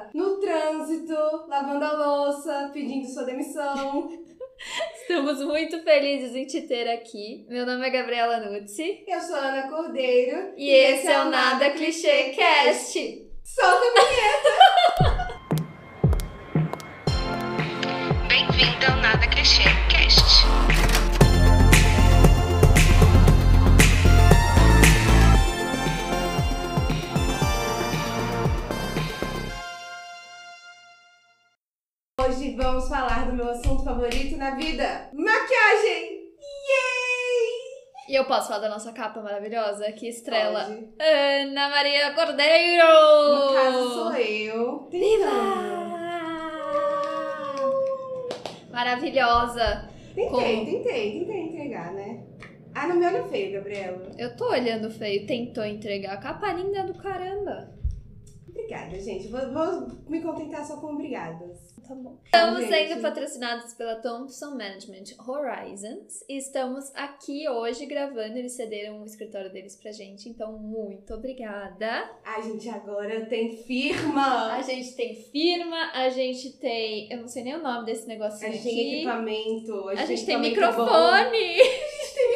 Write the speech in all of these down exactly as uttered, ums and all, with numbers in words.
casa, no trânsito, lavando a louça, pedindo sua demissão. Estamos muito felizes em te ter aqui. Meu nome é Gabriela Nuzzi. Eu sou Ana Cordeiro. E, e esse é o Nada Clichê Cast. Solta a vinheta! Bem-vindo ao Nada Clichê Cast. Hoje vamos falar do meu assunto favorito na vida: maquiagem! Yay! E eu posso falar da nossa capa maravilhosa que estrela Pode. Ana Maria Cordeiro! No caso sou eu. Viva! Maravilhosa! Tentei, Como? tentei, tentei entregar, né? Ah, não me olha feio, Gabriela. Eu tô olhando feio, tentou entregar. Capa linda do caramba! Obrigada, gente. Vou, vou me contentar só com obrigadas. Tá bom. Estamos gente. sendo patrocinados pela Thompson Management Horizons e estamos aqui hoje gravando. Eles cederam o escritório deles pra gente, então muito obrigada. Ai, gente, agora tem firma. A gente tem firma, a gente tem... Eu não sei nem o nome desse A negocinho gente aqui. tem equipamento. A gente tem equipamento bom. microfone. A gente tem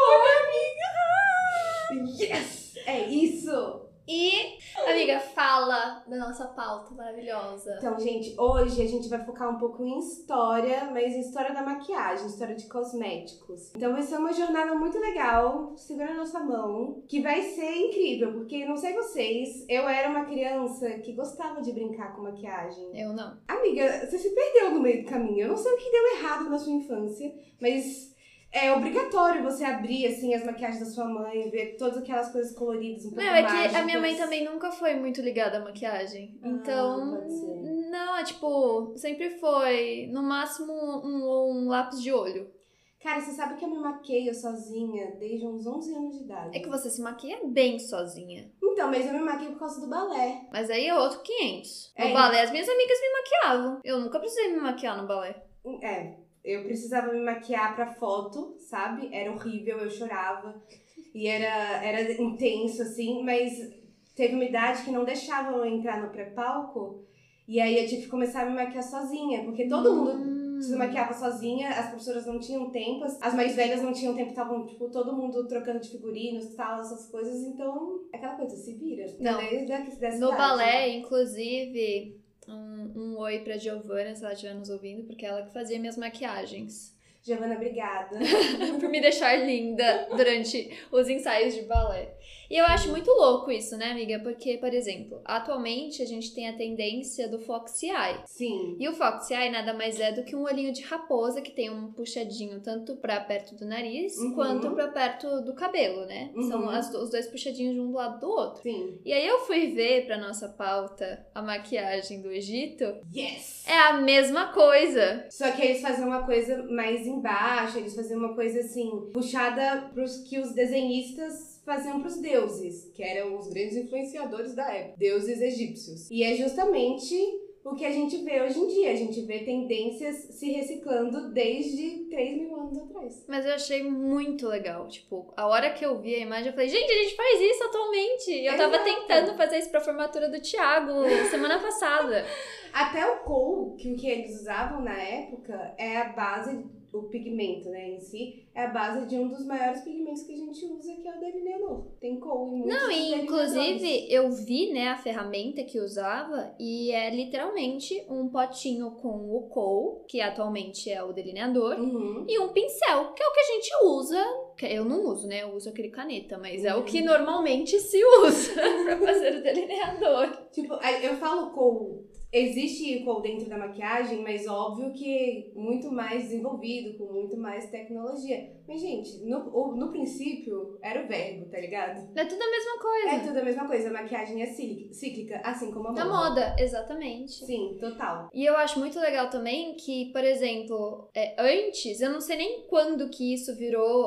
microfone, amiga. Yes! É isso! E, amiga, fala da nossa pauta maravilhosa. Então, gente, hoje a gente vai focar um pouco em história, mas em história da maquiagem, história de cosméticos. Então vai ser uma jornada muito legal, segura a nossa mão, que vai ser incrível, porque não sei vocês, eu era uma criança que gostava de brincar com maquiagem. Eu não. Amiga, você se perdeu no meio do caminho. Eu não sei o que deu errado na sua infância, mas é obrigatório você abrir, assim, as maquiagens da sua mãe, ver todas aquelas coisas coloridas, um pouco Não, é que mágicas. a minha mãe também nunca foi muito ligada à maquiagem. Ah, Então, pode ser. não, é tipo, sempre foi, no máximo, um, um lápis de olho. Cara, você sabe que eu me maqueio sozinha desde uns onze anos de idade. É que você se maquia bem sozinha. Então, mas eu me maquio por causa do balé. Mas aí é outro quinhentos. No É. balé, as minhas amigas me maquiavam. Eu nunca precisei me maquiar no balé. É, eu precisava me maquiar pra foto, sabe? Era horrível, eu chorava. E era, era intenso, assim, mas teve uma idade que não deixava eu entrar no pré-palco. E aí eu tive que começar a me maquiar sozinha, porque todo mundo Hum. se maquiava sozinha, as professoras não tinham tempo, as mais velhas não tinham tempo, estavam, tipo, todo mundo trocando de figurinos e tal, essas coisas, então, aquela coisa, se vira. Não. Desde a, dessa No idade. balé, inclusive, um, um oi pra Giovana, se ela estiver nos ouvindo, porque ela que fazia minhas maquiagens. Giovana, obrigada. Por me deixar linda durante os ensaios de balé. E eu acho muito louco isso, né, amiga? Porque, por exemplo, atualmente a gente tem a tendência do Foxy Eye. Sim. E o Foxy Eye nada mais é do que um olhinho de raposa que tem um puxadinho tanto pra perto do nariz Uhum. quanto pra perto do cabelo, né? Uhum. São as- os dois puxadinhos de um do lado do outro. Sim. E aí eu fui ver pra nossa pauta a maquiagem do Egito. Yes! É a mesma coisa. Só que eles faziam uma coisa mais embaixo, eles faziam uma coisa assim, puxada pros que os desenhistas faziam pros deuses, que eram os grandes influenciadores da época, deuses egípcios. E é justamente o que a gente vê hoje em dia, a gente vê tendências se reciclando desde três mil anos atrás. Mas eu achei muito legal. Tipo, a hora que eu vi a imagem, eu falei, gente, a gente faz isso atualmente. E eu tava Exato. tentando fazer isso pra formatura do Thiago semana passada. Até o kohl, que o que eles usavam na época, é a base, o pigmento, né, em si, é a base de um dos maiores pigmentos que a gente usa, que é o delineador. Tem kohl em muitos Não, e delineadores. inclusive eu vi, né, a ferramenta que usava e é literalmente um potinho com o kohl, que atualmente é o delineador, Uhum. e um pincel, que é o que a gente usa. Que eu não uso, né? Eu uso aquele caneta, mas é o que normalmente se usa pra fazer o delineador. Tipo, aí eu falo kohl. Existe kohl dentro da maquiagem, mas óbvio que muito mais desenvolvido, com muito mais tecnologia. Mas, gente, no, o- no princípio, era o verbo, tá ligado? É tudo a mesma coisa. É tudo a mesma coisa. A maquiagem é cíclica, cíclica assim como a moda. A moda, exatamente. Sim, total. E eu acho muito legal também que, por exemplo, é, antes, eu não sei nem quando que isso virou a maquiagem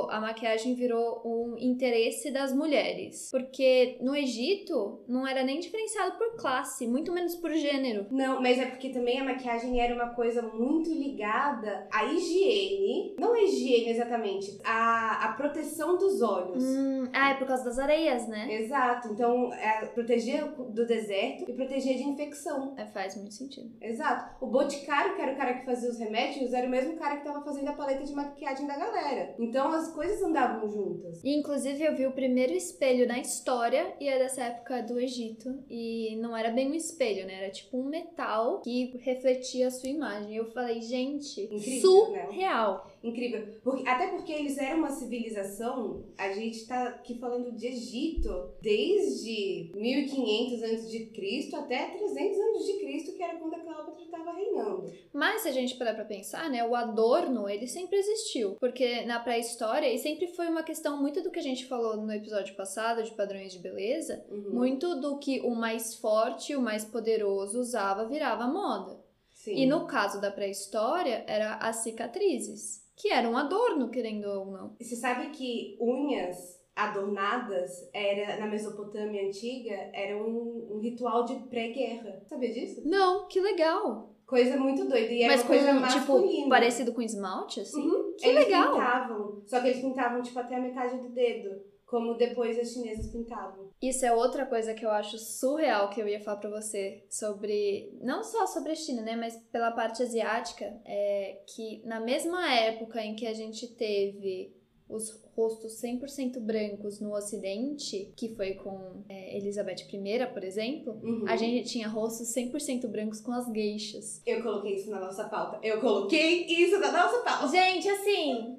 maquiagem virou um interesse das mulheres. Porque no Egito não era nem diferenciado por classe, muito menos por gênero. Não, mas é porque também a maquiagem era uma coisa muito ligada à higiene. Não a higiene exatamente, a, a proteção dos olhos. Hum, ah, é por causa das areias, né? Exato, então é proteger do deserto e proteger de infecção. É, faz muito sentido. Exato. O Boticário, que era o cara que fazia os remédios, era o mesmo cara que tava fazendo a paleta de maquiagem da galera. Então as coisas andavam juntas. E, inclusive, eu vi o primeiro espelho na história e é dessa época do Egito. E não era bem um espelho, né? Era tipo um metal que refletia a sua imagem. Eu falei, gente, Incrível, surreal. Né? Incrível. Porque, até porque eles eram uma civilização, a gente tá aqui falando de Egito desde mil e quinhentos antes de Cristo até trezentos antes de Cristo, que era quando a Cleópatra estava reinando. Mas se a gente parar pra pensar, né, o adorno, ele sempre existiu. Porque na pré-história, e sempre foi uma questão muito do que a gente falou no episódio passado, de padrões de beleza, Uhum. muito do que o mais forte, o mais poderoso usava, virava moda. Sim. E no caso da pré-história, era as cicatrizes, que eram um adorno, querendo ou não. Você sabe que unhas adornadas era, na Mesopotâmia antiga, era um, um ritual de pré-guerra. Sabia disso? Não, que legal. Coisa muito doida. E era Mas uma coisa com, masculina. tipo, parecido com esmalte, assim? Uhum. Que eles legal. pintavam. Só que eles pintavam, tipo, até a metade do dedo. Como depois as chinesas pintavam. Isso é outra coisa que eu acho surreal que eu ia falar pra você sobre, não só sobre a China, né, mas pela parte asiática, é que na mesma época em que a gente teve os rostos cem por cento brancos no Ocidente, que foi com é, Elizabeth I, por exemplo, Uhum. a gente tinha rostos cem por cento brancos com as geishas. Eu coloquei isso na nossa pauta. Eu coloquei isso na nossa pauta. Gente, assim,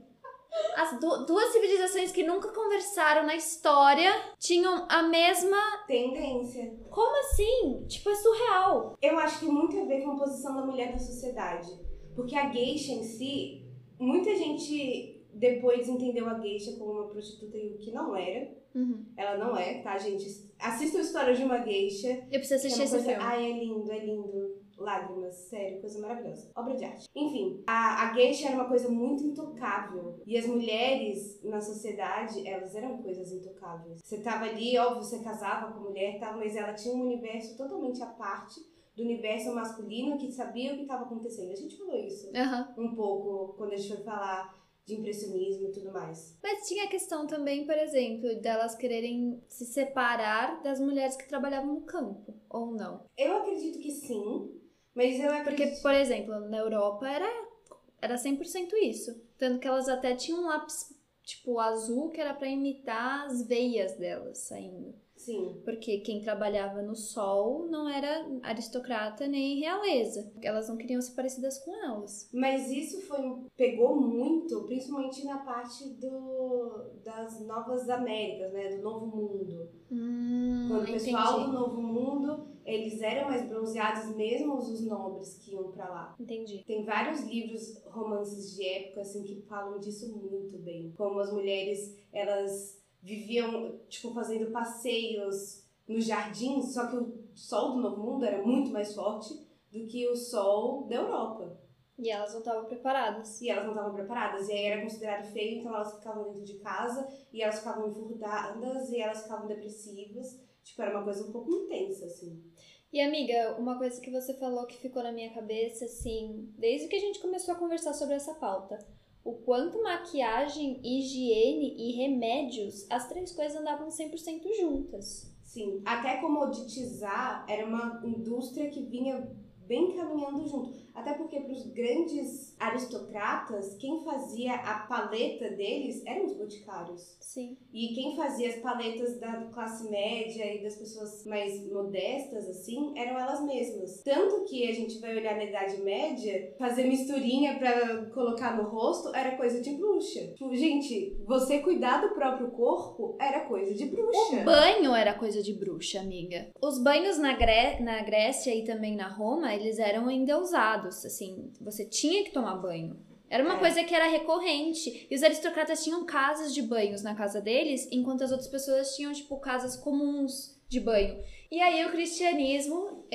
as du- duas civilizações que nunca conversaram na história tinham a mesma... Tendência. Como assim? Tipo, é surreal. Eu acho que tem muito a ver com a posição da mulher na sociedade. Porque a geisha em si, muita gente depois entendeu a geisha como uma prostituta e o que não era. Uhum. Ela não é, tá, gente? Assista a história de uma geisha. Eu preciso Que é assistir uma esse coisa... filme. Ai, é lindo, é lindo. Lágrimas, sério, coisa maravilhosa. Obra de arte. Enfim, a, a geisha era uma coisa muito intocável. E as mulheres na sociedade, elas eram coisas intocáveis. Você tava ali, óbvio, você casava com a mulher e tal, mas ela tinha um universo totalmente à parte do universo masculino que sabia o que estava acontecendo. A gente falou isso Aham. um pouco quando a gente foi falar de impressionismo e tudo mais. Mas tinha a questão também, por exemplo, delas quererem se separar das mulheres que trabalhavam no campo, ou não? Eu acredito que sim, mas eu Porque, acredito... por exemplo, na Europa era, era cem por cento isso. Tanto que elas até tinham um lápis, tipo, azul, que era pra imitar as veias delas saindo. Sim. Porque quem trabalhava no sol não era aristocrata nem realeza. Elas não queriam ser parecidas com elas. Mas isso foi, pegou muito, principalmente na parte do, das Novas Américas, né? Do Novo Mundo. Hum, Quando o pessoal entendi. do Novo Mundo, eles eram mais bronzeados, mesmo os nobres que iam pra lá. Entendi. Tem vários livros, romances de época, assim, que falam disso muito bem. Como as mulheres, elas viviam, tipo, fazendo passeios nos jardins, só que o sol do Novo Mundo era muito mais forte do que o sol da Europa. E elas não estavam preparadas. E elas não estavam preparadas, e aí era considerado feio, então elas ficavam dentro de casa, e elas ficavam enfurdadas, e elas ficavam depressivas. Tipo, era uma coisa um pouco intensa, assim. E amiga, uma coisa que você falou que ficou na minha cabeça, assim, desde que a gente começou a conversar sobre essa pauta, o quanto maquiagem, higiene e remédios, as três coisas andavam cem por cento juntas. Sim, até comoditizar era uma indústria que vinha bem caminhando junto. Até porque para os grandes aristocratas, quem fazia a paleta deles eram os boticários. Sim. E quem fazia as paletas da classe média e das pessoas mais modestas, assim, eram elas mesmas. Tanto que a gente vai olhar na Idade Média, fazer misturinha pra colocar no rosto era coisa de bruxa. Tipo, gente, você cuidar do próprio corpo era coisa de bruxa. O banho era coisa de bruxa, amiga. Os banhos na, Gré- na Grécia e também na Roma, eles eram endeusados, assim, você tinha que tomar banho. Era uma É. coisa que era recorrente. E os aristocratas tinham casas de banhos na casa deles, enquanto as outras pessoas tinham, tipo, casas comuns de banho. E aí o cristianismo,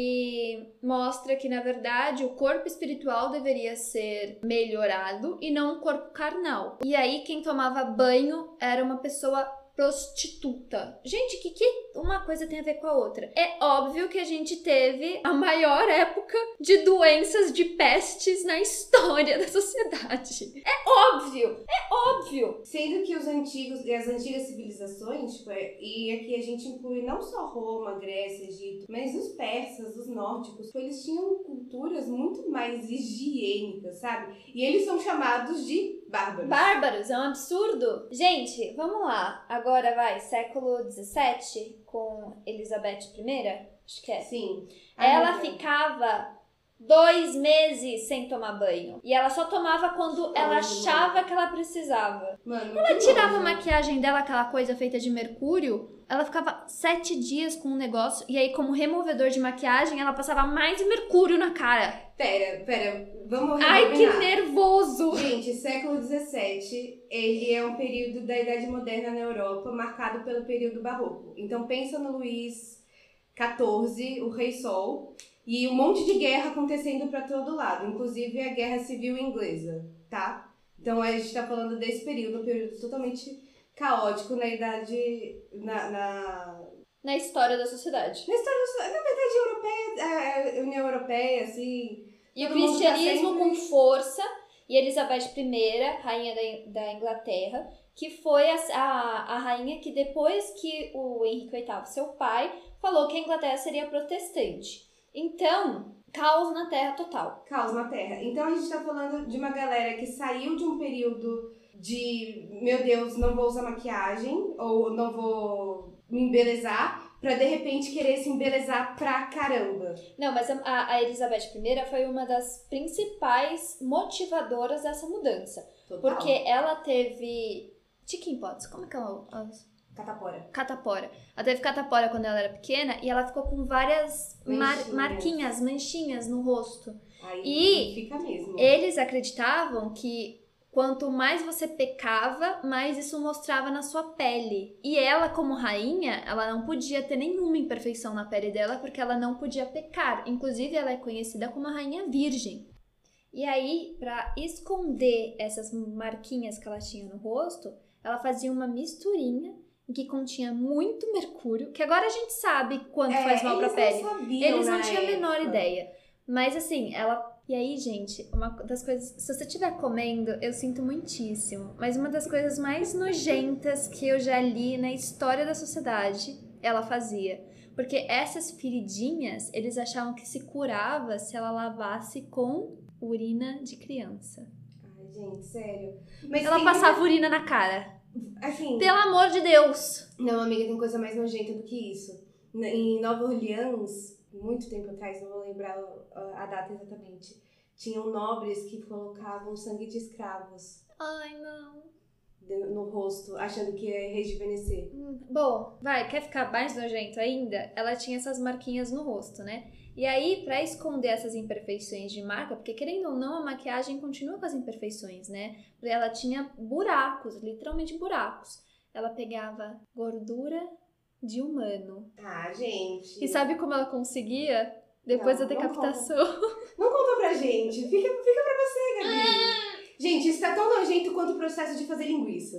ele mostra que, na verdade, o corpo espiritual deveria ser melhorado e não o corpo carnal. E aí quem tomava banho era uma pessoa prostituta. Gente, o que, que uma coisa tem a ver com a outra? É óbvio que a gente teve a maior época de doenças, de pestes na história da sociedade. É óbvio! É óbvio! Sendo que os antigos, as antigas civilizações, tipo, é- e aqui a gente inclui não só Roma, Grécia, Egito, mas os persas, os nórdicos, tipo, eles tinham culturas muito mais higiênicas, sabe? E eles são chamados de bárbaros. Bárbaros, é um absurdo. Gente, vamos lá. Agora vai, século dezessete, com Elizabeth I, acho que é. Sim. Ela Ah, ficava dois meses sem tomar banho. E ela só tomava quando ela Ai, achava que ela precisava. Mano, Ela que tirava a nojo. maquiagem dela, aquela coisa feita de mercúrio. Ela ficava sete dias com um negócio. E aí, como removedor de maquiagem, ela passava mais mercúrio na cara. Pera, pera, vamos Ai, que rebobinar. nervoso! Gente, século dezessete, ele é um período da Idade Moderna na Europa, marcado pelo período barroco. Então pensa no Luís quatorze, o Rei Sol, e um monte de guerra acontecendo pra todo lado, inclusive a Guerra Civil Inglesa, tá? Então a gente tá falando desse período, um período totalmente caótico na idade, na, na, Na história da sociedade. na história, da- na verdade, europeia, a União Europeia, assim... E o todo mundo tá cristianismo sempre- com força, e Elizabeth I, rainha da, da Inglaterra, que foi a, a, a rainha que depois que o Henrique oitavo, seu pai, falou que a Inglaterra seria protestante. Então, caos na Terra total. Caos na Terra. Então a gente tá falando de uma galera que saiu de um período de, meu Deus, não vou usar maquiagem, ou não vou me embelezar, pra de repente querer se embelezar pra caramba. Não, mas a, a Elizabeth I foi uma das principais motivadoras dessa mudança. Total. Porque ela teve chicken pox, como é que é o... o- Catapora. catapora. Ela teve catapora quando ela era pequena e ela ficou com várias mar- Manchinhas. marquinhas, manchinhas no rosto. Aí E fica mesmo. Eles acreditavam que quanto mais você pecava, mais isso mostrava na sua pele. E ela, como rainha, ela não podia ter nenhuma imperfeição na pele dela porque ela não podia pecar. Inclusive, ela é conhecida como a rainha virgem. E aí, pra esconder essas marquinhas que ela tinha no rosto, ela fazia uma misturinha em que continha muito mercúrio, que agora a gente sabe quanto É, faz mal pra eles pele. não sabiam Eles não na tinham a menor época. ideia. Mas assim, ela... E aí, gente, uma das coisas... Se você estiver comendo, eu sinto muitíssimo. Mas uma das coisas mais nojentas que eu já li na história da sociedade, ela fazia. Porque essas feridinhas, eles achavam que se curava se ela lavasse com urina de criança. Ai, gente, sério. Mas Ela tem passava urina na cara. muita- Assim, Pelo amor de Deus! não, amiga, tem coisa mais nojenta do que isso. Na- Em Nova Orleans, muito tempo atrás, não vou lembrar a a data exatamente, tinham nobres que colocavam sangue de escravos Ai, não. de- no rosto, achando que ia rejuvenescer. Hum, Bom, vai, quer ficar mais nojento ainda? Ela tinha essas marquinhas no rosto, né? E aí, pra esconder essas imperfeições de marca, porque querendo ou não, a maquiagem continua com as imperfeições, né? Ela tinha buracos, literalmente buracos. Ela pegava gordura de humano. Ah, gente. E sabe como ela conseguia? Depois Não, da não decapitação. Não conta pra gente. Fica, fica pra você, Gabi. Gente, isso tá tão nojento quanto o processo de fazer linguiça.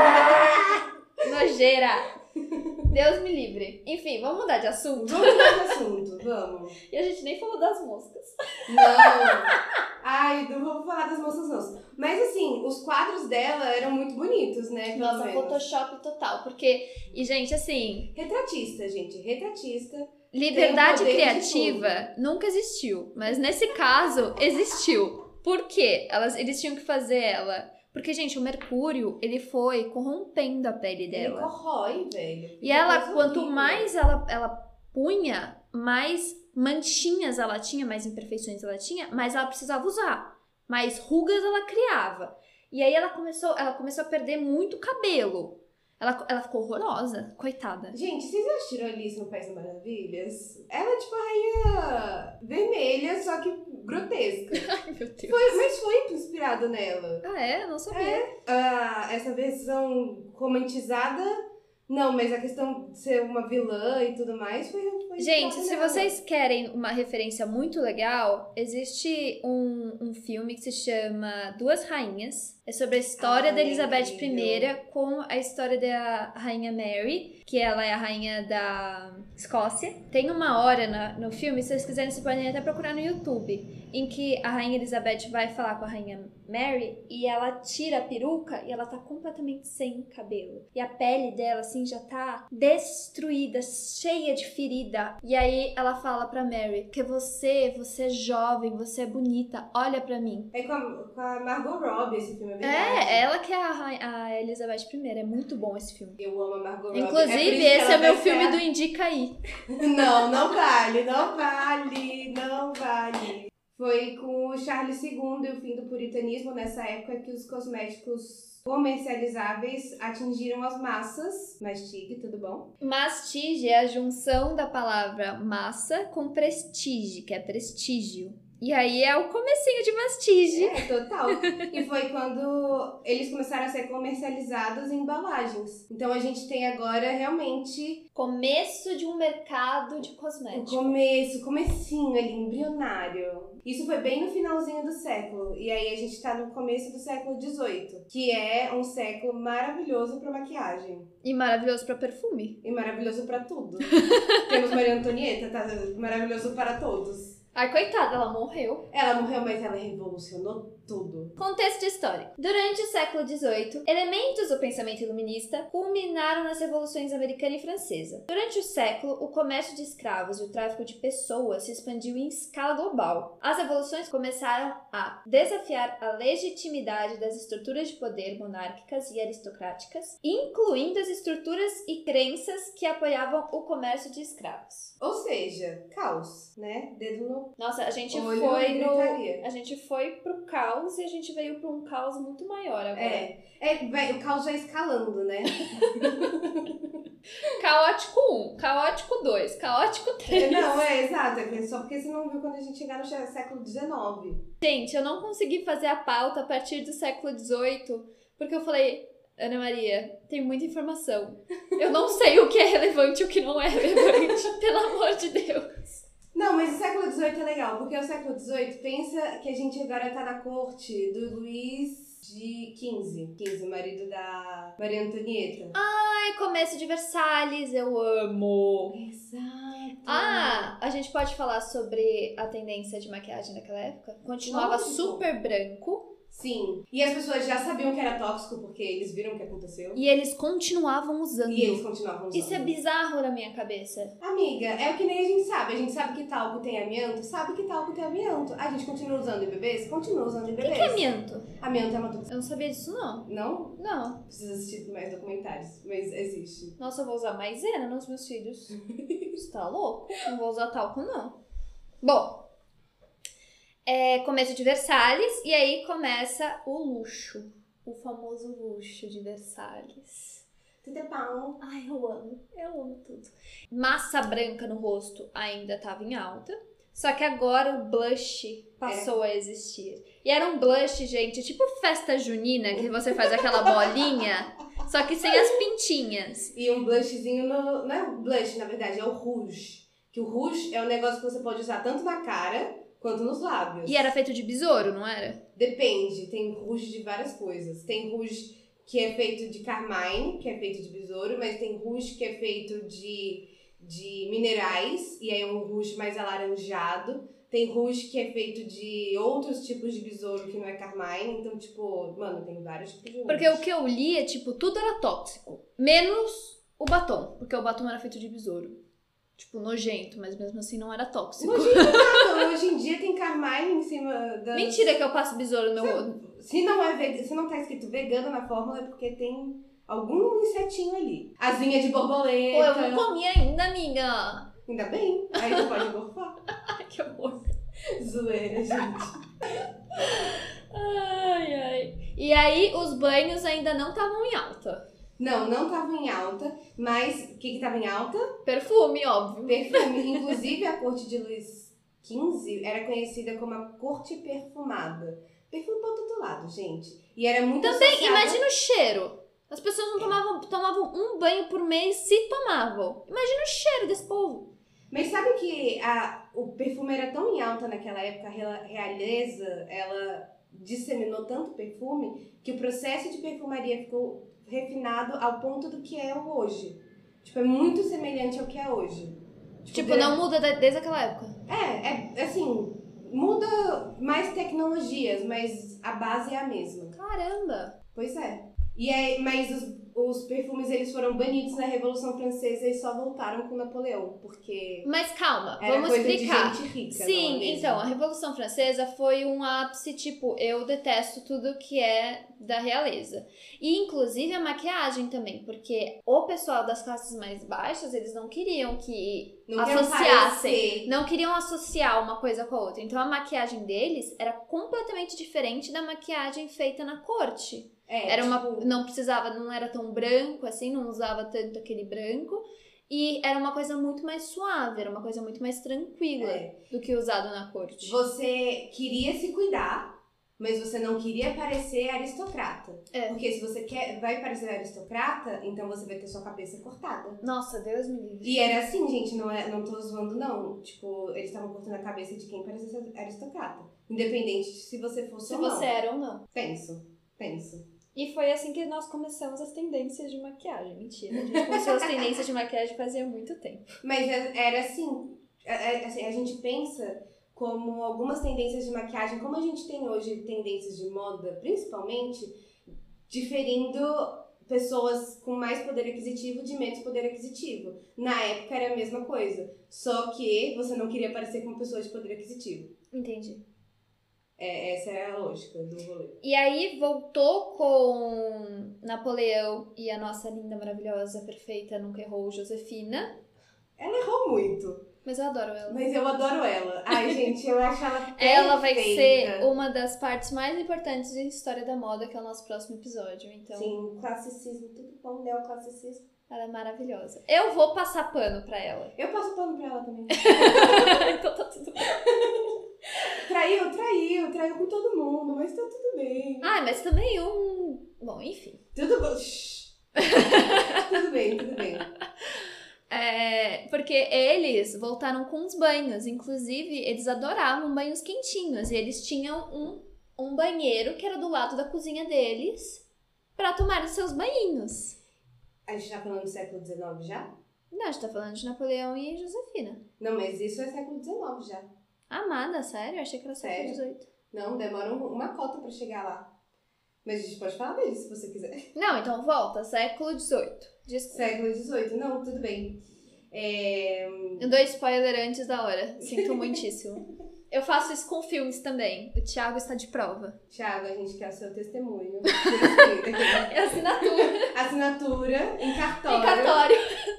Nojeira! Deus me livre. Enfim, vamos mudar de assunto. Vamos mudar de assunto, vamos. E a gente nem falou das moscas. Não. Ai, não vou falar das moças não. Mas assim, os quadros dela eram muito bonitos, né? Pelo Nossa, menos. Photoshop total. Porque, e gente, assim, Retratista, gente. Retratista. liberdade Tem o poder de criativa nunca existiu. Mas nesse caso, existiu. Por quê? Elas, eles tinham que fazer ela. Porque, gente, o mercúrio, ele foi corrompendo a pele Ele dela. corrói, velho. E Fica ela, coisa quanto horrível. mais ela, ela punha, mais manchinhas ela tinha, mais imperfeições ela tinha, mais ela precisava usar. Mais rugas ela criava. E aí ela começou, ela começou a perder muito cabelo. Ela, ela ficou horrorosa, coitada. Gente, vocês assistiram Alice no País das Maravilhas? Ela é tipo a rainha vermelha, só que grotesca. Ai, meu Deus. Foi, mas foi inspirado nela. Ah, é? Eu não sabia. Ah, essa versão romantizada, não, mas a questão de ser uma vilã e tudo mais foi, foi Gente, inspirado se nela. vocês querem uma referência muito legal, existe um, um filme que se chama Duas Rainhas. É sobre a história Ah, da Elizabeth incrível. I com a história da Rainha Mary, que ela é a rainha da Escócia. Tem uma hora na- no filme, se vocês quiserem, vocês podem até procurar no YouTube, em que a Rainha Elizabeth vai falar com a Rainha Mary e ela tira a peruca e ela tá completamente sem cabelo. E a pele dela, assim, já tá destruída, cheia de ferida. E aí ela fala pra Mary, que você, você é jovem, você é bonita, olha pra mim. É com a, com a Margot Robbie esse filme, é verdade. É, ela que é a, rai- a Elizabeth I. É muito bom esse filme. Eu amo a Margot Robbie. Inclusive, É por isso que esse ela é meu vai filme ser do Indica Aí. a- Não, não vale, não vale, não vale. Foi com o Charles segundo e o fim do puritanismo, nessa época que os cosméticos comercializáveis atingiram as massas. Mastige, tudo bom? Mastige é a junção da palavra massa com prestige, que é prestígio. E aí é o comecinho de mastige. É, total. E foi quando eles começaram a ser comercializados em embalagens. Então a gente tem agora realmente Começo de um mercado de o cosméticos. começo, comecinho ali, embrionário. Isso foi bem no finalzinho do século. E aí a gente tá no começo do século dezoito, que é um século maravilhoso pra maquiagem. E maravilhoso pra perfume. E maravilhoso pra tudo. Temos Maria Antonieta, tá maravilhoso para todos. Ai, coitada, ela morreu. Ela morreu, mas ela revolucionou tudo. Contexto histórico. Durante o século dezoito, elementos do pensamento iluminista culminaram nas revoluções americana e francesa. Durante o século, o comércio de escravos e o tráfico de pessoas se expandiu em escala global. As revoluções começaram a desafiar a legitimidade das estruturas de poder monárquicas e aristocráticas, incluindo as estruturas e crenças que apoiavam o comércio de escravos. Ou seja, caos, né? Dedo no... Nossa, a gente Olho foi e no... gritaria. A gente foi pro caos e a gente veio pra um caos muito maior agora. É, é vai, o caos já escalando, né? Caótico um, caótico dois, caótico três. Não, é exato. É só porque você não viu quando a gente chegar no século dezenove. Gente, eu não consegui fazer a pauta a partir do século dezoito, porque eu falei, Ana Maria, tem muita informação. Eu não sei o que é relevante e o que não é relevante, pelo amor de Deus. Não, mas o século dezoito é legal, porque o século dezoito, pensa que a gente agora tá na corte do Luís de quinze. quinze, marido da Maria Antonieta. Ai, começo de Versalhes, eu amo. Exato. Ah, a gente pode falar sobre a tendência de maquiagem daquela época? Continuava Lógico. super branco. Sim. E as pessoas já sabiam que era tóxico, porque eles viram o que aconteceu. E eles continuavam usando. E eles continuavam usando. Isso é bizarro na minha cabeça. Amiga, é o que nem a gente sabe. A gente sabe que talco tem amianto, sabe que talco tem amianto. A gente continua usando em bebês? Continua usando em O que, bebês. que é amianto? Amianto é uma toxina. Eu não sabia disso, não. Não? Não. Precisa assistir mais documentários, mas existe. Nossa, eu vou usar maisena nos meus filhos. Você tá louco? Não vou usar talco, não. Bom, é começo de Versalhes e aí começa o luxo. O famoso luxo de Versalhes. Tudo é pau. Ai, eu amo. Eu amo tudo. Massa branca no rosto ainda tava em alta. Só que agora o blush passou a existir. E era um blush, gente, tipo festa junina, que você faz aquela bolinha, só que sem as pintinhas. E um blushzinho no... Não é o blush, na verdade, é o rouge. Que o rouge é um negócio que você pode usar tanto na cara quanto nos lábios. E era feito de besouro, não era? Depende, tem rouge de várias coisas. Tem rouge que é feito de carmine, que é feito de besouro, mas tem rouge que é feito de, de minerais, e aí é um rouge mais alaranjado. Tem rouge que é feito de outros tipos de besouro que não é carmine. Então, tipo, mano, tem vários tipos de rouge. Porque o que eu li é, tipo, tudo era tóxico. Menos o batom, porque o batom era feito de besouro. Tipo, nojento, mas mesmo assim não era tóxico. Nojento nada, hoje em dia tem carmine em cima da... Mentira que eu passo besouro no meu rosto. Se não, é veg... Se não tá escrito vegano na fórmula, é porque tem algum insetinho ali. Asinha de borboleta. Pô, eu não comi ainda, amiga. Ainda bem, aí tu pode gorfar. Ai, que amor. Zoeira, gente. Ai, ai. E aí, os banhos ainda não estavam em alta. Não, não tava em alta, mas o que que tava em alta? Perfume, óbvio. Perfume. Inclusive, a corte de Luís quinze era conhecida como a corte perfumada. Perfume pra todo lado, gente. E era muito Também, associada... imagina o cheiro. As pessoas não tomavam, tomavam um banho por mês, se tomavam. Imagina o cheiro desse povo. Mas sabe que a, o perfume era tão em alta naquela época, a realeza, ela disseminou tanto perfume, que o processo de perfumaria ficou refinado ao ponto do que é hoje. Tipo, é muito semelhante ao que é hoje. Tipo, tipo não muda desde aquela época. É, é assim, muda mais tecnologias, mas a base é a mesma. Caramba! Pois é. E aí, mas os, os perfumes, eles foram banidos na Revolução Francesa e só voltaram com Napoleão, porque... Mas calma, era vamos coisa explicar. De gente rica, Sim, não é mesmo? então, a Revolução Francesa foi um ápice, tipo, eu detesto tudo que é da realeza. E, inclusive, a maquiagem também, porque o pessoal das classes mais baixas, eles não queriam que Não associassem, parecer. não queriam associar uma coisa com a outra. Então, a maquiagem deles era completamente diferente da maquiagem feita na corte. É, Era uma, tipo, não precisava, não era tão branco assim, não usava tanto aquele branco. E era uma coisa muito mais suave, era uma coisa muito mais tranquila É. do que usado na corte. Você queria se cuidar, mas você não queria parecer aristocrata. É. Porque se você quer, vai parecer aristocrata, então você vai ter sua cabeça cortada. Nossa, Deus me livre. E era assim, gente, não, é, não tô zoando, não. Tipo, eles estavam cortando a cabeça de quem parecia aristocrata. Independente de se você fosse Se ou não. você era ou não. Penso, penso. E foi assim que nós começamos as tendências de maquiagem. Mentira, a gente começou as tendências de maquiagem fazia muito tempo. Mas era assim, a, assim, a gente pensa como algumas tendências de maquiagem, como a gente tem hoje tendências de moda, principalmente, diferindo pessoas com mais poder aquisitivo de menos poder aquisitivo. Na época era a mesma coisa, só que você não queria parecer com pessoas de poder aquisitivo. Entendi. É, essa é a lógica do rolê. E aí voltou com Napoleão e a nossa linda, maravilhosa, perfeita, nunca errou, Josefina. Ela errou muito, Mas eu adoro ela. mas eu adoro ela. Ai, gente, eu acho ela perfeita. Ela vai ser uma das partes mais importantes da história da moda, que é o nosso próximo episódio. Então, Sim, classicismo, tudo bom, neoclassicismo. ela é maravilhosa. Eu vou passar pano pra ela. Eu passo pano pra ela também. Então tá tudo bem. Traiu, traiu, traiu com todo mundo, mas tá tudo bem. Ah, mas também um... Bom, enfim. Tudo bom. Shhh. Tudo bem, tudo bem. É, porque eles voltaram com os banhos. Inclusive, eles adoravam banhos quentinhos. E eles tinham um, um banheiro que era do lado da cozinha deles pra tomar os seus banhinhos. A gente tá falando do século dezenove já? Não, a gente tá falando de Napoleão e Josefina. Não, mas isso é século dezenove já. Amada, sério? Eu achei que era século Sério? dezoito. Não, demora um- uma cota pra chegar lá. Mas a gente pode falar deles se você quiser. Não, então volta, século dezoito. Desculpa. Século dezoito, não, tudo bem. É... Eu dou spoiler antes da hora. Sinto muitíssimo. Eu faço isso com filmes também. O Thiago está de prova. Thiago, a gente quer o seu testemunho. É assinatura. Assinatura em cartório. Em cartório.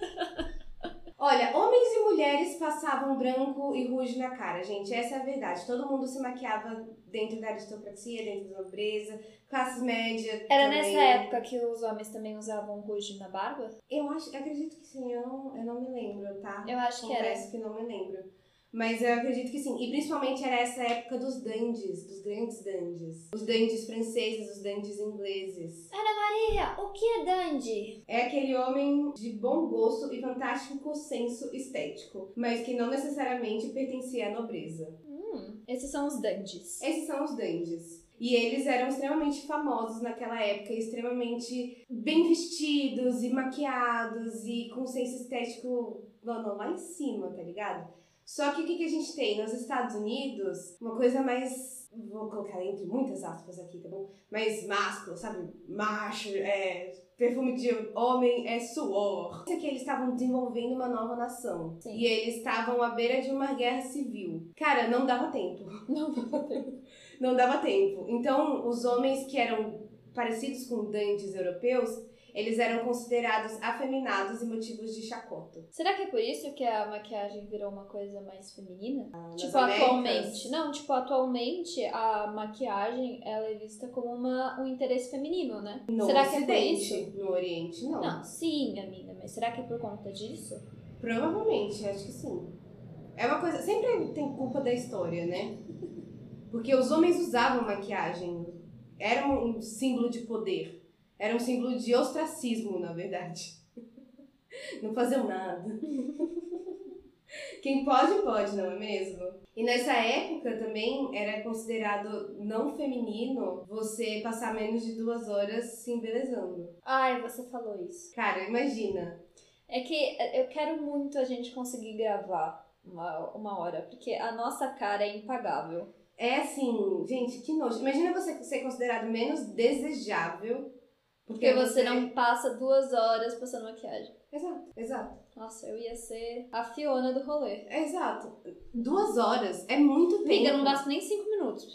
Olha, homens e mulheres passavam branco e rouge na cara, gente. Essa é a verdade. Todo mundo se maquiava dentro da aristocracia, dentro da nobreza, classe média. Era também. nessa época que os homens também usavam rouge na barba? Eu acho, eu acredito que sim, eu não, eu não me lembro, tá? Eu acho que era. Confesso que não me lembro. Mas eu acredito que sim. E principalmente era essa época dos dandies, dos grandes dandies. Os dandies franceses, os dandies ingleses. Maria, o que é dandy? É aquele homem de bom gosto e fantástico senso estético, mas que não necessariamente pertencia à nobreza. Hum, esses são os dandies. Esses são os dandies. E eles eram extremamente famosos naquela época, extremamente bem vestidos e maquiados e com senso estético, mano, lá em cima, tá ligado? Só que o que, que a gente tem? Nos Estados Unidos, uma coisa mais, vou colocar entre muitas aspas aqui, tá bom? Mais másculo, sabe? Macho, é, perfume de homem é suor. Isso aqui, eles estavam desenvolvendo uma nova nação. Sim. E eles estavam à beira de uma guerra civil. Cara, não dava tempo. Não, não tem. Não dava tempo. Então, os homens que eram parecidos com dandies europeus, eles eram considerados afeminados e motivos de chacota. Será que é por isso que a maquiagem virou uma coisa mais feminina? Nas Tipo, Américas? atualmente. Não, tipo, atualmente a maquiagem ela é vista como uma, um interesse feminino, né? No será Ocidente, que é por isso? no Oriente, não. Não, sim, amiga, mas será que é por conta disso? Provavelmente, acho que sim. É uma coisa... Sempre tem culpa da história, né? Porque os homens usavam maquiagem. Era um símbolo de poder. Era um símbolo de ostracismo, na verdade. Não faziam nada. Quem pode, pode, não é mesmo? E nessa época também era considerado não feminino você passar menos de duas horas se embelezando. Ai, você falou isso. Cara, imagina. É que eu quero muito a gente conseguir gravar uma, uma hora, porque a nossa cara é impagável. É assim, gente, que nojo. Imagina você ser considerado menos desejável. Porque, porque você, você não passa duas horas passando maquiagem. Exato, exato. Nossa, eu ia ser a Fiona do rolê. É, exato. Duas horas é muito tempo. Amiga, eu não gasto nem cinco minutos.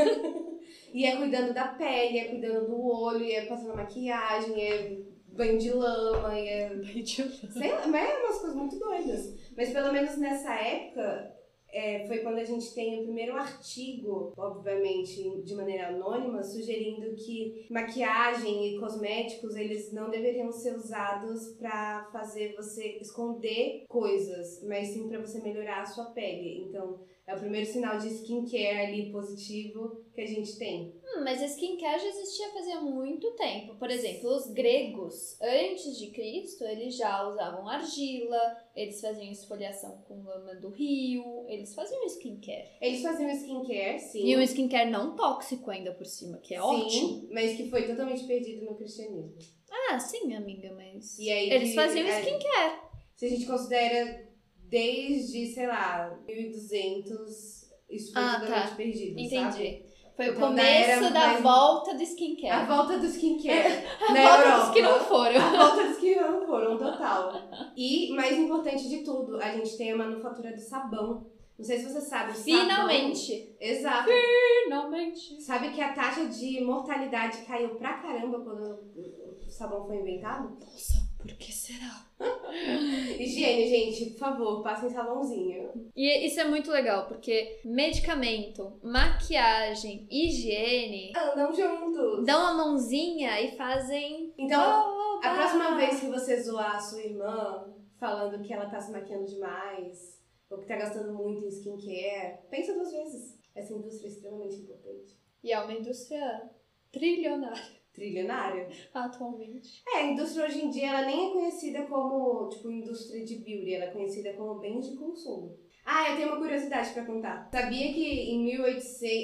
E é cuidando da pele, é cuidando do olho, e é passando maquiagem, é banho de lama, e é... Banho de lama. Sei lá, mas é umas coisas muito doidas. Mas pelo menos nessa época... É, foi quando a gente tem o primeiro artigo, obviamente de maneira anônima, sugerindo que maquiagem e cosméticos eles não deveriam ser usados para fazer você esconder coisas, mas sim para você melhorar a sua pele. Então é o primeiro sinal de skincare ali positivo que a gente tem. Hum, mas a skincare já existia fazia muito tempo. Por exemplo, os gregos, antes de Cristo, eles já usavam argila, eles faziam esfoliação com lama do rio, eles faziam skincare. Eles faziam skincare, sim. E um skincare não tóxico ainda por cima, que é sim, ótimo. Mas que foi totalmente perdido no cristianismo. Ah, sim, amiga, mas... E aí, eles que, faziam é, skincare. Se a gente considera desde, sei lá, mil e duzentos, isso foi ah, totalmente tá. perdido, Entendi. sabe? Foi então, o começo da mais... volta do skincare. A volta do skincare a na volta Europa. dos que não foram. A volta dos que não foram, total. E, mais importante de tudo, a gente tem a manufatura do sabão. Não sei se você sabe. Finalmente. Sabão... Exato. Finalmente. Sabe que a taxa de mortalidade caiu pra caramba quando o sabão foi inventado? Nossa, por que será? Higiene, gente, por favor, passem sabãozinho. E isso é muito legal, porque medicamento, maquiagem, higiene andam juntos. Dão a mãozinha e fazem... Então, oh, a próxima vez que você zoar a sua irmã falando que ela tá se maquiando demais ou que tá gastando muito em skincare, pensa duas vezes. Essa indústria é extremamente importante. E é uma indústria trilionária. Trilionária? Atualmente. É, a indústria hoje em dia ela nem é conhecida como, tipo, indústria de beauty, ela é conhecida como bens de consumo. Ah, eu tenho uma curiosidade pra contar. Sabia que em mil e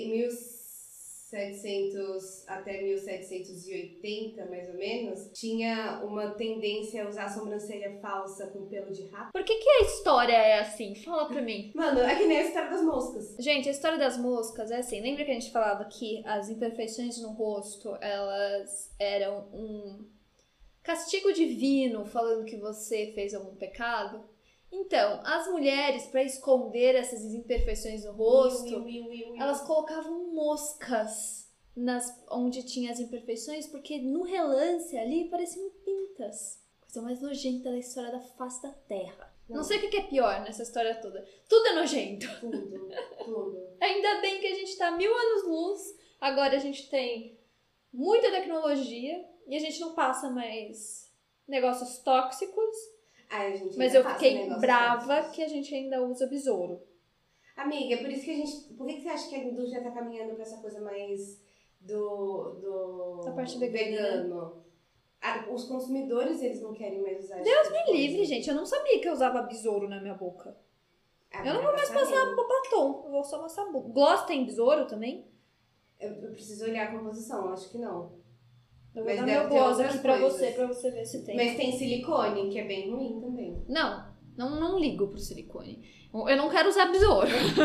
setecentos até mil setecentos e oitenta, mais ou menos, tinha uma tendência a usar sobrancelha falsa com pelo de rato? Por que que a história é assim? Fala pra mim. Mano, é que nem a história das moscas. Gente, a história das moscas é assim, lembra que a gente falava que as imperfeições no rosto, elas eram um castigo divino falando que você fez algum pecado? Então, as mulheres, pra esconder essas imperfeições no rosto, Ui, ui, ui, ui. elas colocavam moscas nas, onde tinha as imperfeições, porque no relance ali pareciam pintas. Coisa mais nojenta da história da face da Terra. Não, Não sei o que é pior nessa história toda. Tudo é nojento. Tudo, tudo. Ainda bem que a gente tá mil anos-luz, agora a gente tem muita tecnologia e a gente não passa mais negócios tóxicos. Ai, a gente Mas eu fiquei brava tóxicos. Que a gente ainda usa besouro. Amiga, por isso que a gente... Por que que você acha que a indústria tá caminhando pra essa coisa mais do... do a parte vegano. Ah, os consumidores, eles não querem mais usar... Deus me livre, gente. Eu não sabia que eu usava besouro na minha boca. Ah, eu não vou mais passar batom. Eu vou só passar boca. Gloss tem besouro também? Eu, eu preciso olhar a composição. Acho que não. Eu vou Mas dar meu gloss aqui pra você, pra você ver se tem. Mas tem silicone, que é bem ruim também. Não, não, não ligo pro silicone. Eu não quero usar besouro.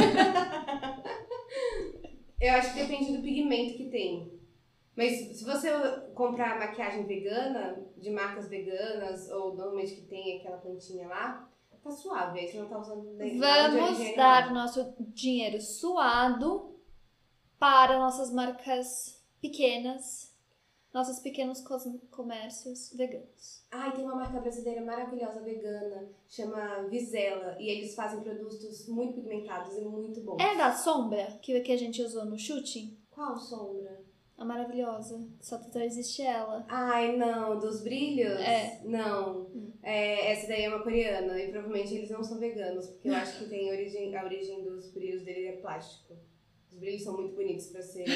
Eu acho que depende do pigmento que tem. Mas se você comprar maquiagem vegana, de marcas veganas, ou normalmente que tem aquela plantinha lá, tá suave. Aí você não tá usando nem nada de Vamos origem dar animal. nosso dinheiro suado para nossas marcas pequenas, nossos pequenos comércios veganos. Ai, tem uma marca brasileira maravilhosa vegana, chama Vizela, e eles fazem produtos muito pigmentados e muito bons. É da sombra que, que a gente usou no shooting? Qual sombra? A maravilhosa. Só existe ela. Ai, não, dos brilhos? É. Não. Hum. É, essa daí é uma coreana e provavelmente eles não são veganos, porque eu acho que tem origem, a origem dos brilhos dele é plástico. Os brilhos são muito bonitos pra serem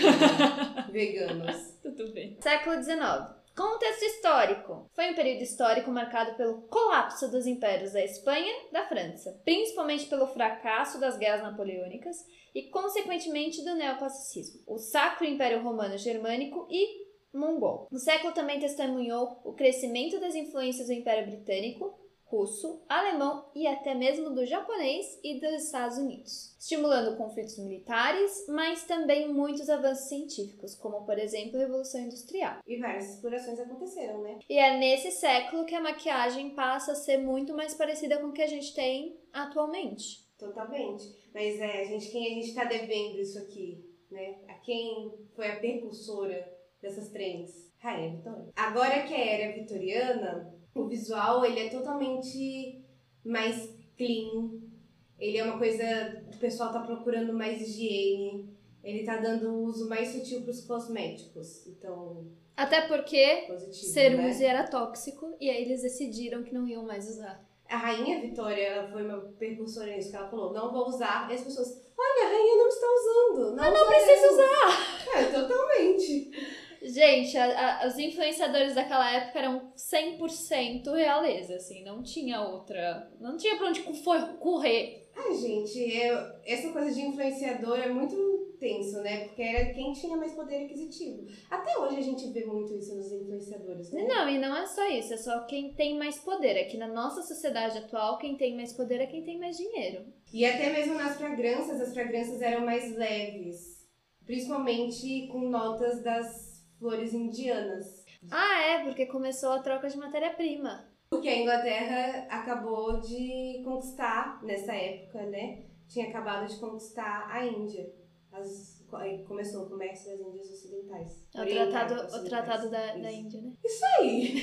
veganos. Tudo bem. Século dezenove. Contexto histórico. Foi um período histórico marcado pelo colapso dos impérios da Espanha e da França, principalmente pelo fracasso das guerras napoleônicas e, consequentemente, do neoclassicismo, o Sacro Império Romano Germânico e Mongol. O século também testemunhou o crescimento das influências do Império Britânico, russo, alemão e até mesmo do japonês e dos Estados Unidos, estimulando conflitos militares, mas também muitos avanços científicos, como, por exemplo, a Revolução Industrial. E várias explorações aconteceram, né? E é nesse século que a maquiagem passa a ser muito mais parecida com o que a gente tem atualmente. Totalmente. Mas é, a gente, quem a gente tá devendo isso aqui, né? A quem foi a percursora dessas trends? Rainha Vitória. Agora que a era vitoriana, o visual, ele é totalmente mais clean. Ele é uma coisa que o pessoal tá procurando mais higiene. Ele tá dando um uso mais sutil pros cosméticos. Então, Até porque positivo, ser né? uso era tóxico e aí eles decidiram que não iam mais usar. A Rainha Vitória, ela foi uma percursora nisso, que ela falou, não vou usar. E as pessoas, olha, a rainha não está usando. Não, Mas não precisa usar! É, totalmente. Gente, a, a, os influenciadores daquela época eram cem por cento realeza, assim, não tinha outra... Não tinha pra onde for correr. Ai, gente, eu, essa coisa de influenciador é muito tenso, né? Porque era quem tinha mais poder aquisitivo. Até hoje a gente vê muito isso nos influenciadores, né? Não, e não é só isso, é só quem tem mais poder. É que na nossa sociedade atual, quem tem mais poder é quem tem mais dinheiro. E até mesmo nas fragrâncias, as fragrâncias eram mais leves. Principalmente com notas das flores indianas. Ah, é, porque começou a troca de matéria-prima. Porque a Inglaterra acabou de conquistar, nessa época, né? Tinha acabado de conquistar a Índia. As, aí começou o comércio das Índias Ocidentais. É o Orientais, tratado, o ocidentais. tratado da, da Isso. Índia, né? Isso aí!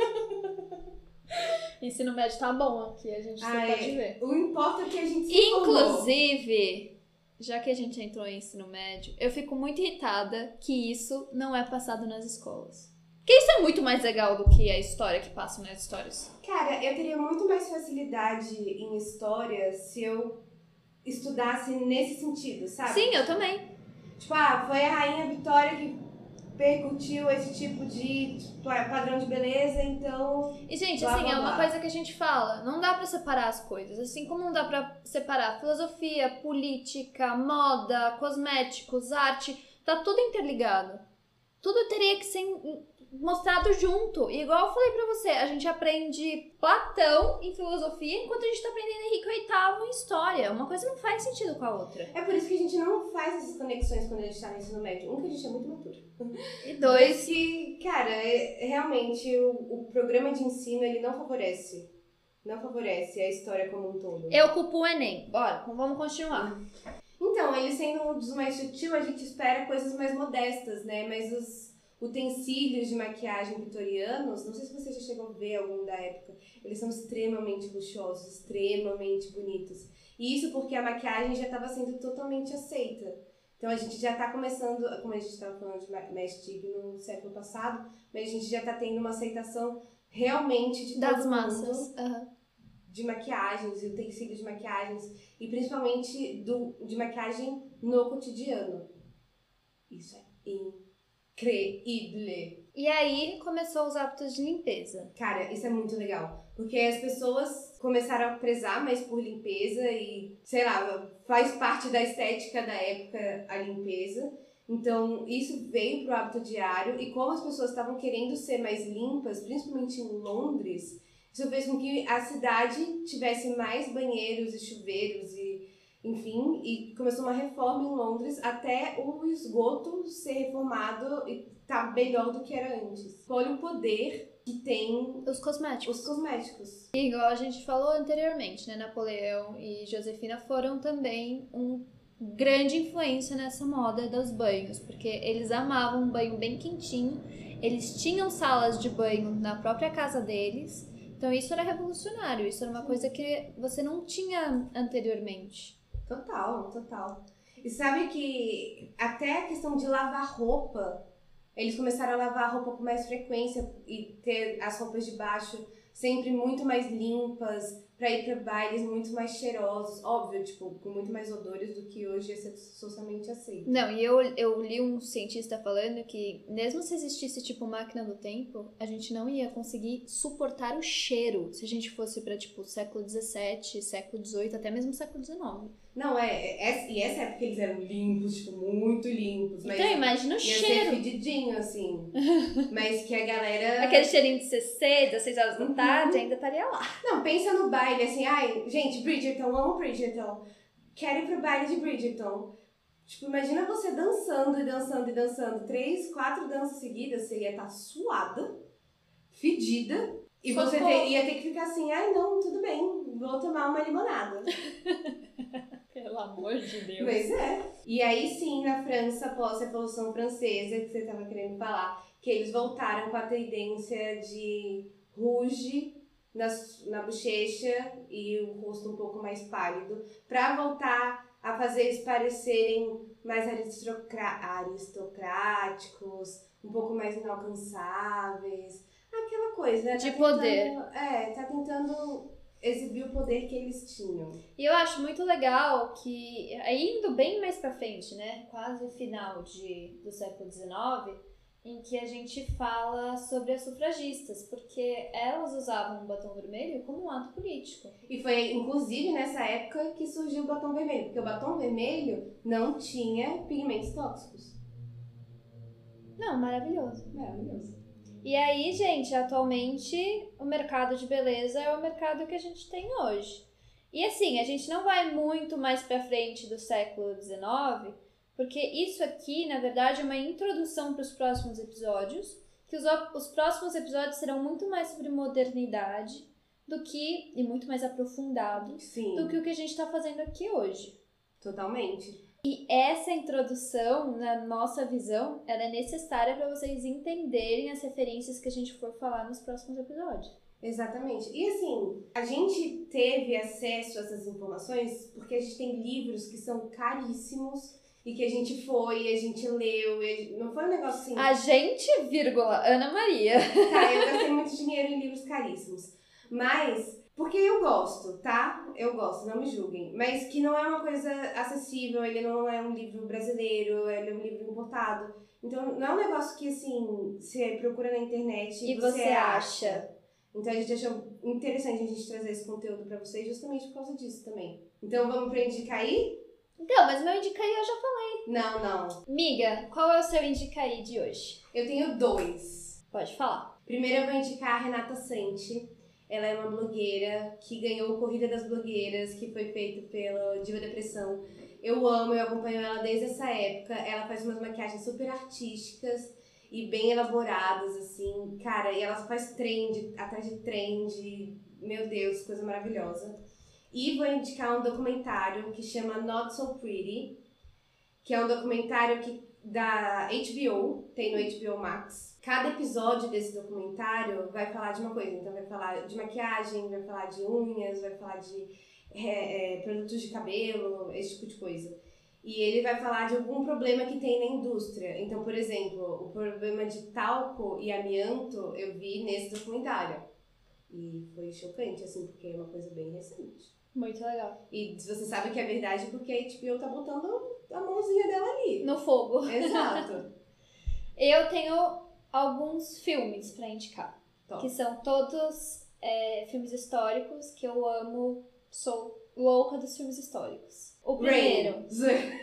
Ensino médio tá bom aqui, a gente Ah, pode é. ver. O importa é que a gente se formou. Inclusive, já que a gente entrou em ensino médio, eu fico muito irritada que isso não é passado nas escolas. Porque isso é muito mais legal do que a história que passa nas histórias. Cara, eu teria muito mais facilidade em história se eu estudasse nesse sentido, sabe? Sim, eu também. Tipo, ah, foi a Rainha Vitória que percutiu esse tipo de padrão de beleza, então... E, gente, Blá, assim, blá, é uma blá. coisa que a gente fala, não dá pra separar as coisas. Assim como não dá pra separar filosofia, política, moda, cosméticos, arte, tá tudo interligado. Tudo teria que ser mostrado junto. E igual eu falei pra você, a gente aprende Platão em filosofia, enquanto a gente tá aprendendo Henrique oitavo em história. Uma coisa não faz sentido com a outra. É por isso que a gente não faz essas conexões quando a gente tá no ensino médio. Um, que a gente é muito maturo. E Dois, dois, que, cara, é- realmente o, o programa de ensino, ele não favorece. Não favorece a história como um todo. eu culpo o Enem. Bora, vamos continuar. Então, ele sendo um dos mais sutil, a gente espera coisas mais modestas, né? Mas os utensílios de maquiagem vitorianos, não sei se você já chegou a ver algum da época, eles são extremamente luxuosos, extremamente bonitos. E isso porque a maquiagem já estava sendo totalmente aceita. Então a gente já está começando, como a gente estava falando de Mestig no século passado, mas a gente já está tendo uma aceitação realmente de Das todo massas. mundo Aham. de maquiagens e utensílios de maquiagens e principalmente do, de maquiagem no cotidiano. Isso é incrível. E aí começou os hábitos de limpeza. Cara, isso é muito legal. Porque as pessoas começaram a prezar mais por limpeza e, sei lá, faz parte da estética da época a limpeza. Então, isso veio pro hábito diário e como as pessoas estavam querendo ser mais limpas, principalmente em Londres, isso fez com que a cidade tivesse mais banheiros e chuveiros e, enfim, e começou uma reforma em Londres até o esgoto ser reformado e tá melhor do que era antes. Olha o poder que tem Os cosméticos. os cosméticos. E igual a gente falou anteriormente, né? Napoleão e Josefina foram também um grande influência nessa moda dos banhos, porque eles amavam um banho bem quentinho, eles tinham salas de banho na própria casa deles, então isso era revolucionário, isso era uma coisa que você não tinha anteriormente. Total, total. E sabe que até a questão de lavar roupa eles começaram a lavar a roupa com mais frequência e ter as roupas de baixo sempre muito mais limpas, pra ir pra bailes muito mais cheirosos, óbvio, tipo, com muito mais odores do que hoje é socialmente aceito. Não, e eu, eu li um cientista falando que mesmo se existisse tipo máquina do tempo, a gente não ia conseguir suportar o cheiro se a gente fosse pra tipo século dezessete, século dezoito, até mesmo século dezenove. Não, é, é, e essa época eles eram limpos, tipo, muito limpos. Mas então imagina o ia cheiro. ser fedidinho, assim. Mas que a galera... Aquele cheirinho de C C, dezesseis horas da tarde, ainda estaria lá. Não, pensa no baile, assim, ai, gente, Bridgerton, amo Bridgerton. Quero ir pro baile de Bridgerton. Tipo, imagina você dançando e dançando e dançando. Três, quatro danças seguidas, você ia estar suada, fedida. E você ter, ia ter que ficar assim, ai não, tudo bem, vou tomar uma limonada. Pelo amor de Deus. Pois é. E aí sim, na França, após a Revolução Francesa, que você estava querendo falar, que eles voltaram com a tendência de rouge na, na bochecha e o rosto um pouco mais pálido, pra voltar a fazer eles parecerem mais aristocráticos, um pouco mais inalcançáveis. Aquela coisa, né? Tá de tentando, poder. É, tá tentando exibir o poder que eles tinham. E eu acho muito legal que, indo bem mais pra frente, né, quase final de, do século dezenove, em que a gente fala sobre as sufragistas, porque elas usavam o batom vermelho como um ato político. E foi, inclusive, nessa época que surgiu o batom vermelho, porque o batom vermelho não tinha pigmentos tóxicos. Não, maravilhoso. Maravilhoso. E aí, gente, atualmente o mercado de beleza é o mercado que a gente tem hoje. E assim, a gente não vai muito mais pra frente do século dezenove, porque isso aqui, na verdade, é uma introdução para os próximos episódios, que os, os próximos episódios serão muito mais sobre modernidade do que, e muito mais aprofundados, Sim. do que o que a gente tá fazendo aqui hoje. Totalmente. E essa introdução, na nossa visão, ela é necessária para vocês entenderem as referências que a gente for falar nos próximos episódios. Exatamente. E assim, a gente teve acesso a essas informações porque a gente tem livros que são caríssimos e que a gente foi, a gente leu, e não foi um negócio assim... A gente, vírgula, Ana Maria. Tá, eu gastei muito dinheiro em livros caríssimos. Mas... Porque eu gosto, tá? Eu gosto, não me julguem. Mas que não é uma coisa acessível, ele não é um livro brasileiro, ele é um livro importado. Então, não é um negócio que, assim, você procura na internet e, E você, você acha. acha. Então, a gente achou interessante a gente trazer esse conteúdo pra vocês justamente por causa disso também. Então, vamos pra Indicaí? Então, mas meu Indicaí eu já falei. Não, não. Miga, qual é o seu Indicaí de hoje? Eu tenho dois. Pode falar. Primeiro, eu vou indicar a Renata Santi. Ela é uma blogueira que ganhou o Corrida das Blogueiras, que foi feito pela Diva Depressão. Eu amo, eu acompanho ela desde essa época. Ela faz umas maquiagens super artísticas e bem elaboradas, assim. Cara, e ela faz trend, atrás de trend. Meu Deus, coisa maravilhosa. E vou indicar um documentário que chama Not So Pretty, que é um documentário que, da H B O, tem no H B O Max. Cada episódio desse documentário vai falar de uma coisa. Então vai falar de maquiagem, vai falar de unhas, vai falar de é, é, produtos de cabelo, esse tipo de coisa. E ele vai falar de algum problema que tem na indústria. Então, por exemplo, o problema de talco e amianto eu vi nesse documentário. E foi chocante, assim, porque é uma coisa bem recente. Muito legal. E você sabe que é verdade porque a H B O tá botando a mãozinha dela ali. No fogo. Exato. Eu tenho alguns filmes pra indicar. Top. Que são todos é, filmes históricos que eu amo. Sou louca dos filmes históricos. O primeiro. Rain.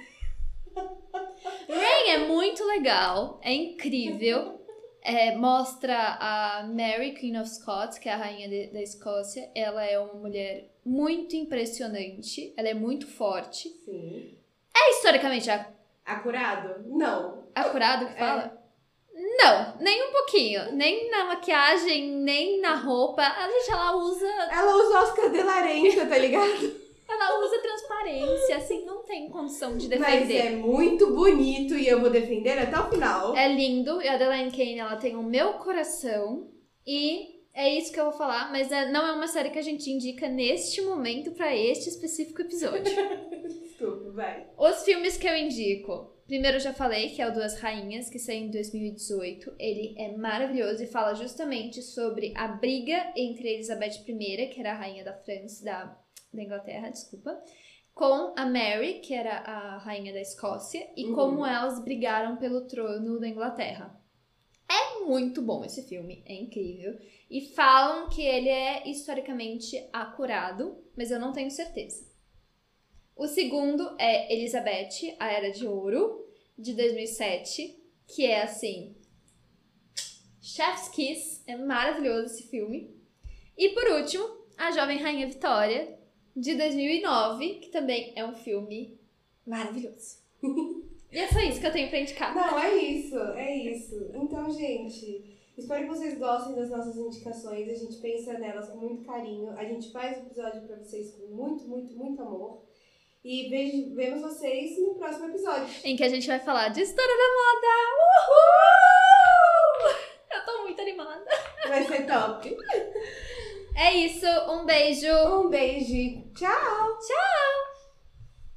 Rain é muito legal. É incrível. É, mostra a Mary, Queen of Scots, que é a rainha de, da Escócia. Ela é uma mulher muito impressionante. Ela é muito forte. Sim. É historicamente ac- Acurado? Não. acurado que fala? Não, nem um pouquinho. Nem na maquiagem, nem na roupa. A gente, ela usa... Ela usa Oscar de la Renta, tá ligado? Ela usa transparência, assim, não tem condição de Mas defender. é muito bonito e eu vou defender até o final. É lindo, e a Adeline Kane, ela tem o meu coração, e é isso que eu vou falar, mas é, não é uma série que a gente indica neste momento pra este específico episódio. Desculpa, vai. Os filmes que eu indico. Primeiro eu já falei, que é o Duas Rainhas, que saiu em dois mil e dezoito. Ele é maravilhoso e fala justamente sobre a briga entre Elizabeth I, que era a rainha da França, da, da Inglaterra, desculpa, com a Mary, que era a rainha da Escócia, e Uhum. como elas brigaram pelo trono da Inglaterra. É muito bom esse filme, é incrível. E falam que ele é historicamente acurado, mas eu não tenho certeza. O segundo é Elizabeth, A Era de Ouro, de dois mil e sete, que é assim, chef's kiss, é maravilhoso esse filme. E por último, A Jovem Rainha Vitória, de dois mil e nove, que também é um filme maravilhoso. E é só isso que eu tenho pra indicar. Não, é isso, é isso. Então, gente, espero que vocês gostem das nossas indicações. A gente pensa nelas com muito carinho. A gente faz o episódio pra vocês com muito, muito, muito amor. E vejo, vemos vocês no próximo episódio. Em que a gente vai falar de história da moda. Uhul! Eu tô muito animada. Vai ser top. É isso, um beijo. Um beijo. Tchau. Tchau!